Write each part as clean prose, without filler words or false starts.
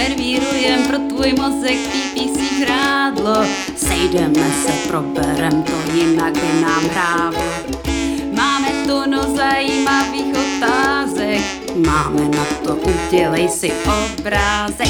Servírujem pro tvůj mozek PPC žrádlo. Sejdeme se, proberem to, jinak by nám hrávlo. Máme tunu zajímavých otázek, máme na to, udělej si obrázek.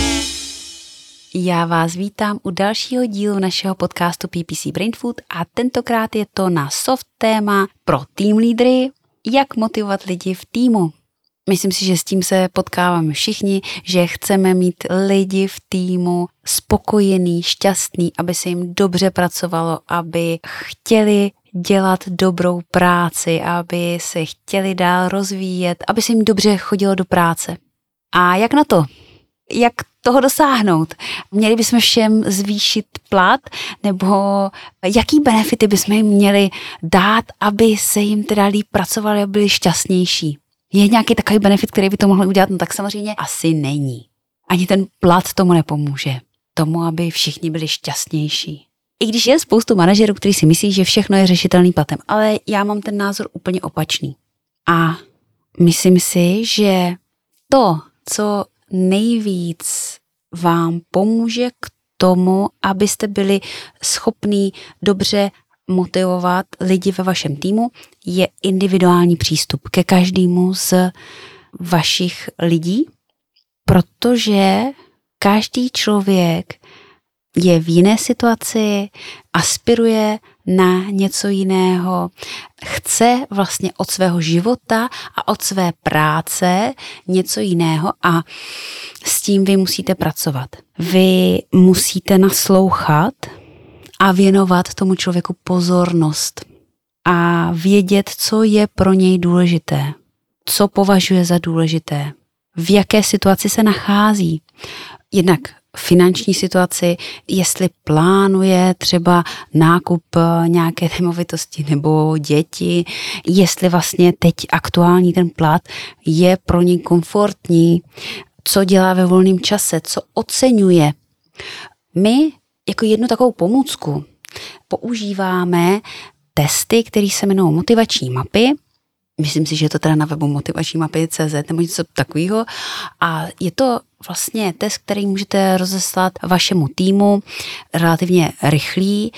Já vás vítám u dalšího dílu našeho podcastu PPC Brain Food a tentokrát je to na soft téma pro team lídry, jak motivovat lidi v týmu. Myslím si, že s tím se potkáváme všichni, že chceme mít lidi v týmu spokojený, šťastný, aby se jim dobře pracovalo, aby chtěli dělat dobrou práci, aby se chtěli dál rozvíjet, aby se jim dobře chodilo do práce. A jak na to? Jak toho dosáhnout? Měli bychom všem zvýšit plat, nebo jaký benefity bychom jim měli dát, aby se jim teda líp pracovali a byli šťastnější? Je nějaký takový benefit, který by to mohlo udělat? No tak samozřejmě asi není. Ani ten plat tomu nepomůže. Tomu, aby všichni byli šťastnější. I když je spoustu manažerů, kteří si myslí, že všechno je řešitelný platem, ale já mám ten názor úplně opačný. A myslím si, že to, co nejvíc vám pomůže k tomu, abyste byli schopní dobře motivovat lidi ve vašem týmu, je individuální přístup ke každému z vašich lidí, protože každý člověk je v jiné situaci, aspiruje na něco jiného, chce vlastně od svého života a od své práce něco jiného a s tím vy musíte pracovat. Vy musíte naslouchat a věnovat tomu člověku pozornost a vědět, co je pro něj důležité, co považuje za důležité, v jaké situaci se nachází. Jednak finanční situaci, jestli plánuje třeba nákup nějaké nemovitosti nebo děti, jestli vlastně teď aktuální ten plat je pro něj komfortní, co dělá ve volném čase, co oceňuje. My jako jednu takovou pomůcku používáme testy, které se jmenují motivační mapy. Myslím si, že je to teda na webu motivačnímapy.cz nebo něco takového. A je to vlastně test, který můžete rozeslat vašemu týmu relativně rychlý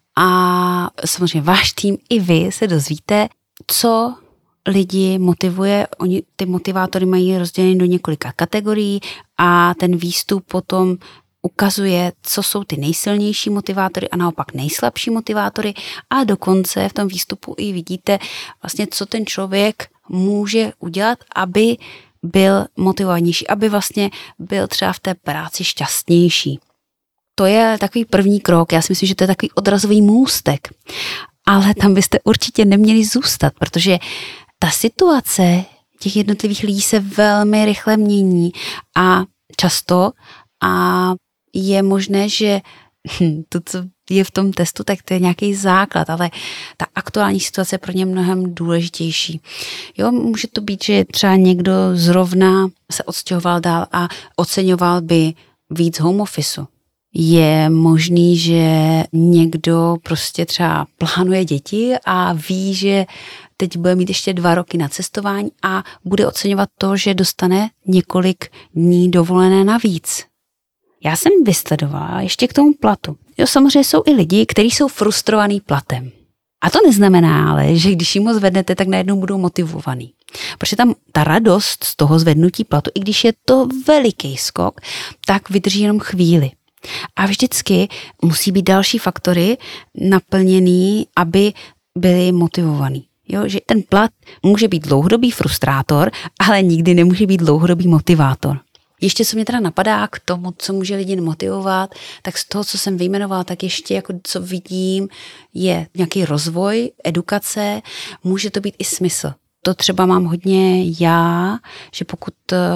a samozřejmě váš tým i vy se dozvíte, co lidi motivuje. Oni ty motivátory mají rozdělené do několika kategorií a ten výstup potom ukazuje, co jsou ty nejsilnější motivátory a naopak nejslabší motivátory a dokonce v tom výstupu i vidíte vlastně, co ten člověk může udělat, aby byl motivovanější, aby vlastně byl třeba v té práci šťastnější. To je takový první krok, já si myslím, že to je takový odrazový můstek, ale tam byste určitě neměli zůstat, protože ta situace těch jednotlivých lidí se velmi rychle mění a často a je možné, že to, co je v tom testu, tak to je nějaký základ, ale ta aktuální situace je pro ně mnohem důležitější. Jo, může to být, že třeba někdo zrovna se odstěhoval dál a oceňoval by víc home officeu. Je možný, že někdo prostě třeba plánuje děti a ví, že teď bude mít ještě 2 roky na cestování a bude oceňovat to, že dostane několik dní dovolené navíc. Já jsem vysledovala ještě k tomu platu. Jo, samozřejmě jsou i lidi, kteří jsou frustrovaní platem. A to neznamená ale, že když jim ho zvednete, tak najednou budou motivovaní. Protože tam ta radost z toho zvednutí platu, i když je to veliký skok, tak vydrží jenom chvíli. A vždycky musí být další faktory naplněný, aby byli motivovaní. Jo, že ten plat může být dlouhodobý frustrátor, ale nikdy nemůže být dlouhodobý motivátor. Ještě co mě teda napadá k tomu, co může lidi motivovat, tak z toho, co jsem vyjmenovala, tak ještě jako co vidím, je nějaký rozvoj, edukace, může to být i smysl. To třeba mám hodně já, že pokud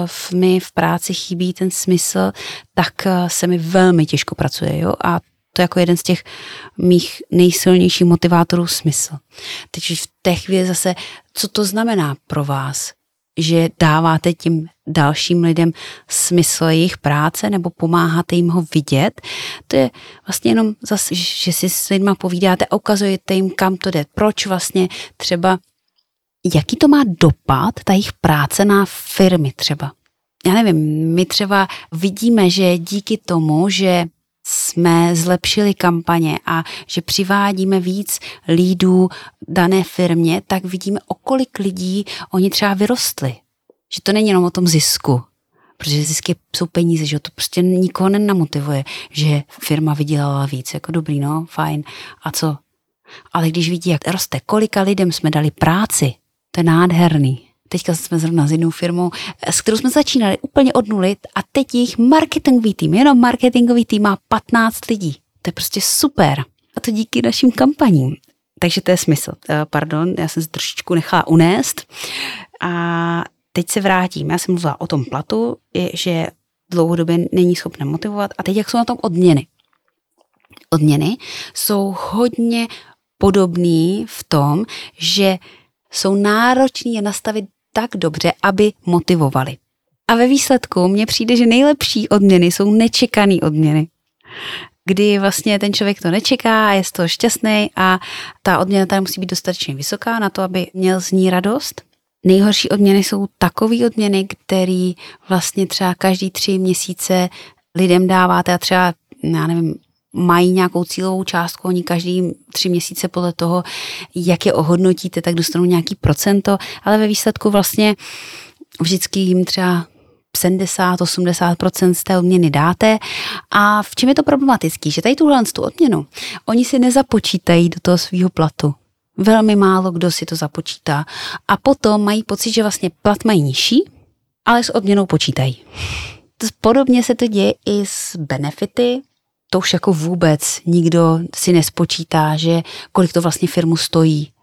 mi v práci chybí ten smysl, tak se mi velmi těžko pracuje. Jo? A to jako jeden z těch mých nejsilnějších motivátorů smysl. Teď v té chvíli zase, co to znamená pro vás? Že dáváte tím dalším lidem smysl jejich práce nebo pomáháte jim ho vidět. To je vlastně jenom zase, že si s lidma povídáte a ukazujete jim, kam to jde. Proč vlastně třeba, jaký to má dopad, ta jejich práce na firmy třeba. já nevím, my třeba vidíme, že díky tomu, že jsme zlepšili kampaně a že přivádíme víc lídů dané firmě, tak vidíme, o kolik lidí oni třeba vyrostli. Že to není jenom o tom zisku, protože zisky jsou peníze, že to prostě nikoho nenamotivuje, že firma vydělala víc, jako dobrý, no, fajn. A co? Ale když vidí, jak roste, kolika lidem jsme dali práci, to je nádherný. Teďka jsme zrovna s jednou firmou, s kterou jsme začínali úplně od nuly a teď jejich marketingový tým, jenom marketingový tým má 15 lidí. To je prostě super. A to díky našim kampaním. Takže to je smysl. Pardon, já jsem se trošičku nechala unést. A teď se vrátím. Já jsem mluvila o tom platu, že dlouhodobě není schopné motivovat. A teď jak jsou na tom odměny? Odměny jsou hodně podobný v tom, že jsou náročný je nastavit tak dobře, aby motivovali. A ve výsledku mně přijde, že nejlepší odměny jsou nečekané odměny. Kdy vlastně ten člověk to nečeká a je z toho šťastný a ta odměna tady musí být dostatečně vysoká na to, aby měl z ní radost. Nejhorší odměny jsou takové odměny, které vlastně třeba každý 3 měsíce lidem dáváte a třeba, já nevím, mají nějakou cílovou částku, oni každý 3 měsíce podle toho, jak je ohodnotíte, tak dostanou nějaký procento, ale ve výsledku vlastně vždycky jim třeba 70-80% z té odměny dáte. A v čem je to problematický? Že tady tu odměnu, oni si nezapočítají do toho svého platu. Velmi málo kdo si to započítá. A potom mají pocit, že vlastně plat mají nižší, ale s odměnou počítají. Podobně se to děje i s benefity. To už jako vůbec nikdo si nespočítá, že kolik to vlastně firmu stojí.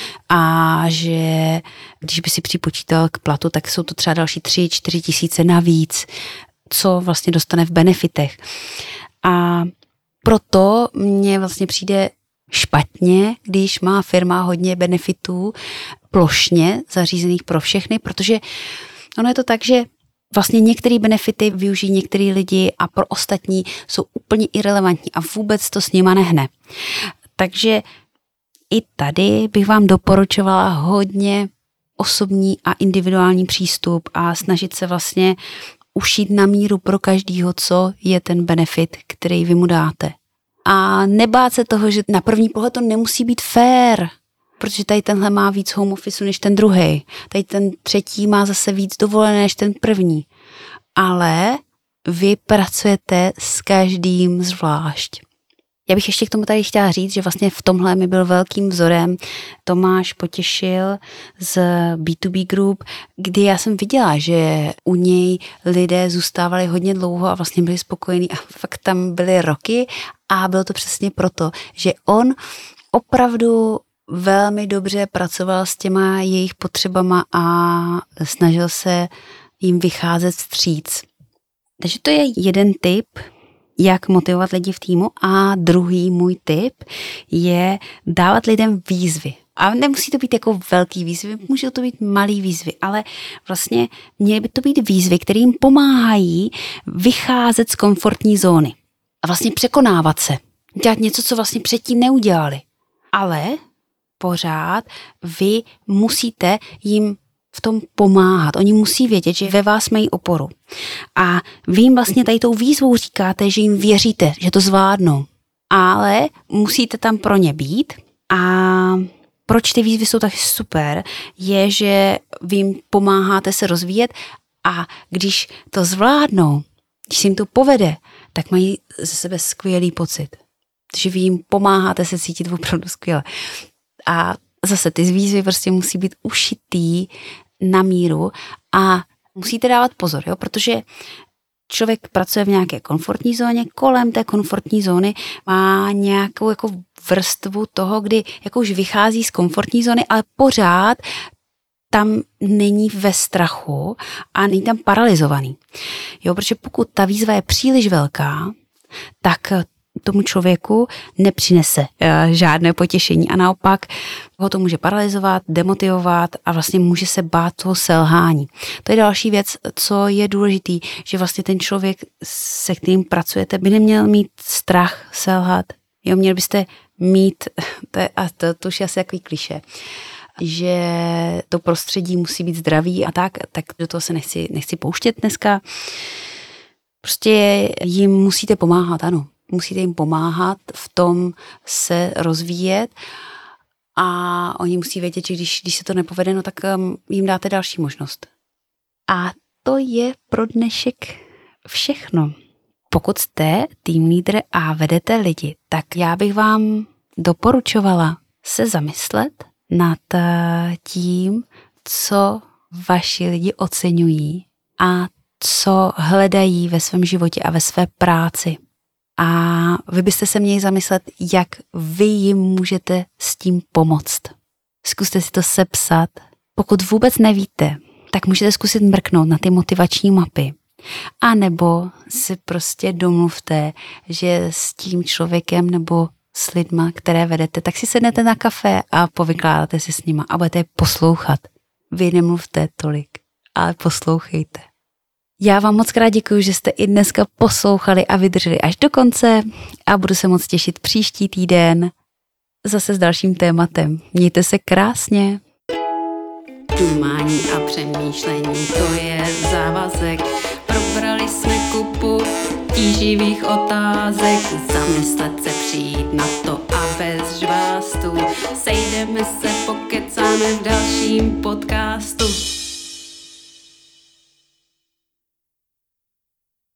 A že když by si připočítal k platu, tak jsou to třeba další 3-4 tisíce navíc, co vlastně dostane v benefitech. A proto mně vlastně přijde špatně, když má firma hodně benefitů plošně zařízených pro všechny, protože ono je to tak, že vlastně některé benefity využijí některý lidi a pro ostatní jsou úplně irelevantní a vůbec to s nima nehne. Takže i tady bych vám doporučovala hodně osobní a individuální přístup a snažit se vlastně ušít na míru pro každýho, co je ten benefit, který vy mu dáte. A nebát se toho, že na první pohled to nemusí být fair, protože tady tenhle má víc home office než ten druhý. Tady ten třetí má zase víc dovolené než ten první. Ale vy pracujete s každým zvlášť. Já bych ještě k tomu tady chtěla říct, že vlastně v tomhle mi byl velkým vzorem Tomáš Potěšil z B2B Group, kdy já jsem viděla, že u něj lidé zůstávali hodně dlouho a vlastně byli spokojení a fakt tam byly roky a bylo to přesně proto, že on opravdu velmi dobře pracoval s těma jejich potřebama a snažil se jim vycházet vstříc. Takže to je jeden tip, jak motivovat lidi v týmu. A druhý můj tip je dávat lidem výzvy. A nemusí to být jako velký výzvy, můžou to být malý výzvy, ale vlastně měly by to být výzvy, které jim pomáhají vycházet z komfortní zóny. A vlastně překonávat se. Dělat něco, co vlastně předtím neudělali. Ale pořád vy musíte jim v tom pomáhat. Oni musí vědět, že ve vás mají oporu. A vy jim vlastně tady tou výzvou říkáte, že jim věříte, že to zvládnou. Ale musíte tam pro ně být. A proč ty výzvy jsou tak super, je, že vy jim pomáháte se rozvíjet a když to zvládnou, když se jim to povede, tak mají ze sebe skvělý pocit. Že vy jim pomáháte se cítit opravdu skvěle. A zase ty výzvy prostě musí být ušitý na míru a musíte dávat pozor, jo? Protože člověk pracuje v nějaké komfortní zóně, kolem té komfortní zóny má nějakou jako vrstvu toho, kdy jako už vychází z komfortní zóny, ale pořád tam není ve strachu a není tam paralizovaný. Jo, protože pokud ta výzva je příliš velká, tak tomu člověku nepřinese žádné potěšení a naopak ho to může paralyzovat, demotivovat a vlastně může se bát toho selhání. To je další věc, co je důležitý, že vlastně ten člověk, se kterým pracujete, by neměl mít strach selhat. Jo, měl byste mít, to už je asi takový klišé, že to prostředí musí být zdravý a tak do toho se nechci pouštět dneska. Prostě jim musíte pomáhat, ano. Musíte jim pomáhat v tom se rozvíjet a oni musí vědět, že když se to nepovede, no tak jim dáte další možnost. A to je pro dnešek všechno. Pokud jste tým lídr a vedete lidi, tak já bych vám doporučovala se zamyslet nad tím, co vaši lidi oceňují a co hledají ve svém životě a ve své práci. A vy byste se měli zamyslet, jak vy jim můžete s tím pomoct. Zkuste si to sepsat. Pokud vůbec nevíte, tak můžete zkusit mrknout na ty motivační mapy. A nebo si prostě domluvte, že s tím člověkem nebo s lidma, které vedete, tak si sednete na kafe a povykládáte si s nima a budete je poslouchat. Vy nemluvte tolik, ale poslouchejte. Já vám moc krát děkuji, že jste i dneska poslouchali a vydrželi až do konce a budu se moc těšit příští týden zase s dalším tématem. Mějte se krásně. Dumání a přemýšlení, to je závazek. Probrali jsme kupu tíživých otázek. Zamyslet se, přijít na to a bez žvástu. Sejdeme se, pokecáme v dalším podcastu.